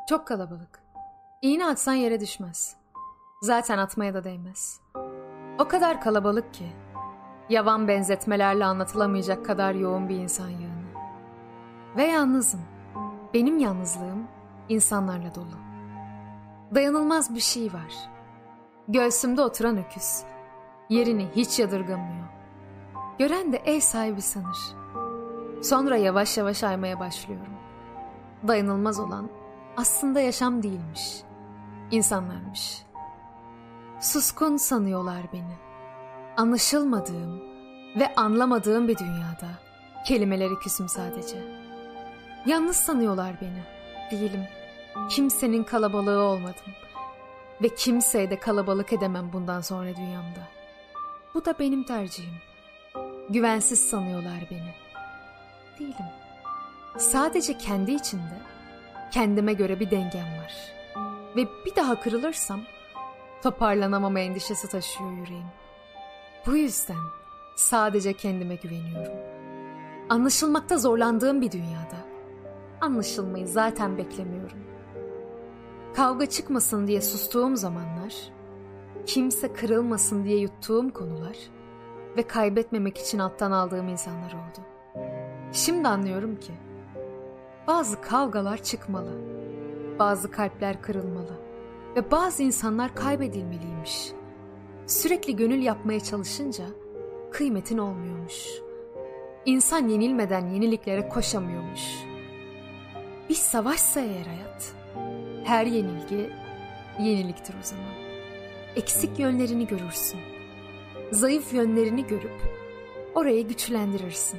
Çok kalabalık. İğne atsan yere düşmez. Zaten atmaya da değmez. O kadar kalabalık ki, yavan benzetmelerle anlatılamayacak kadar yoğun bir insan yığını. Ve yalnızım. Benim yalnızlığım insanlarla dolu. Dayanılmaz bir şey var. Göğsümde oturan öküz. Yerini hiç yadırgamıyor. Gören de ev sahibi sanır. Sonra yavaş yavaş aymaya başlıyorum. Dayanılmaz olan aslında yaşam değilmiş. İnsanlarmış. Suskun sanıyorlar beni. Anlaşılmadığım ve anlamadığım bir dünyada kelimeleri küsüm sadece. Yalnız sanıyorlar beni. Değilim. Kimsenin kalabalığı olmadım. Ve kimseye de kalabalık edemem bundan sonra dünyamda. Bu da benim tercihim. Güvensiz sanıyorlar beni. Değilim. Sadece kendi içinde kendime göre bir dengem var. Ve bir daha kırılırsam toparlanamama endişesi taşıyor yüreğim. Bu yüzden sadece kendime güveniyorum. Anlaşılmakta zorlandığım bir dünyada anlaşılmayı zaten beklemiyorum. Kavga çıkmasın diye sustuğum zamanlar, kimse kırılmasın diye yuttuğum konular ve kaybetmemek için alttan aldığım insanlar oldu. Şimdi anlıyorum ki bazı kavgalar çıkmalı, bazı kalpler kırılmalı ve bazı insanlar kaybedilmeliymiş. Sürekli gönül yapmaya çalışınca kıymetin olmuyormuş. İnsan yenilmeden yeniliklere koşamıyormuş. Bir savaşsa eğer hayat, her yenilgi yeniliktir o zaman. Eksik yönlerini görürsün. Zayıf yönlerini görüp orayı güçlendirirsin.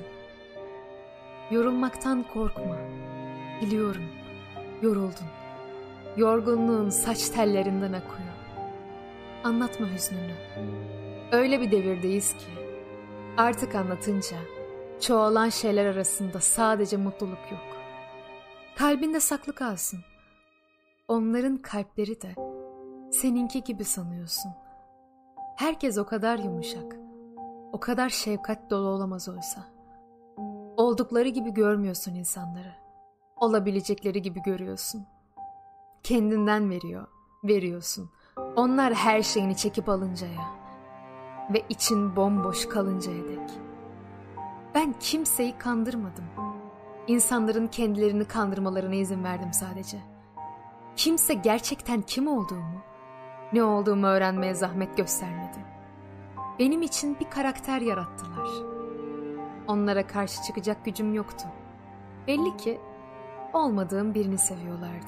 Yorulmaktan korkma. Biliyorum, yoruldun. Yorgunluğun saç tellerinden akıyor. Anlatma hüznünü. Öyle bir devirdeyiz ki artık anlatınca çoğalan şeyler arasında sadece mutluluk yok. Kalbinde saklı kalsın. Onların kalpleri de seninki gibi sanıyorsun. Herkes o kadar yumuşak, o kadar şefkat dolu olamaz oysa. Oldukları gibi görmüyorsun insanları. Olabilecekleri gibi görüyorsun. Kendinden veriyorsun. Onlar her şeyini çekip alıncaya ve için bomboş kalıncaya dek. Ben kimseyi kandırmadım. İnsanların kendilerini kandırmalarına izin verdim sadece. Kimse gerçekten kim olduğumu, ne olduğumu öğrenmeye zahmet göstermedi. Benim için bir karakter yarattılar. Onlara karşı çıkacak gücüm yoktu. Belli ki olmadığım birini seviyorlardı.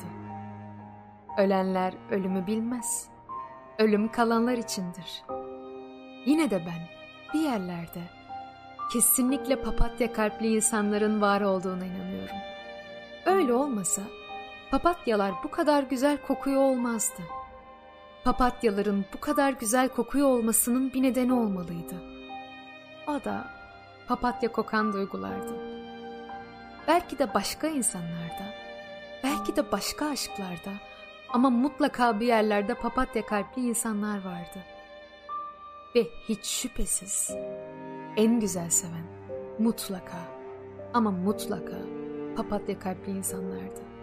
Ölenler ölümü bilmez. Ölüm kalanlar içindir. Yine de ben bir yerlerde kesinlikle papatya kalpli insanların var olduğuna inanıyorum. Öyle olmasa papatyalar bu kadar güzel kokuyor olmazdı. Papatyaların bu kadar güzel kokuyor olmasının bir nedeni olmalıydı. O da papatya kokan duygulardı. Belki de başka insanlarda, belki de başka aşklarda ama mutlaka bir yerlerde papatya kalpli insanlar vardı. Ve hiç şüphesiz en güzel seven mutlaka ama mutlaka papatya kalpli insanlardı.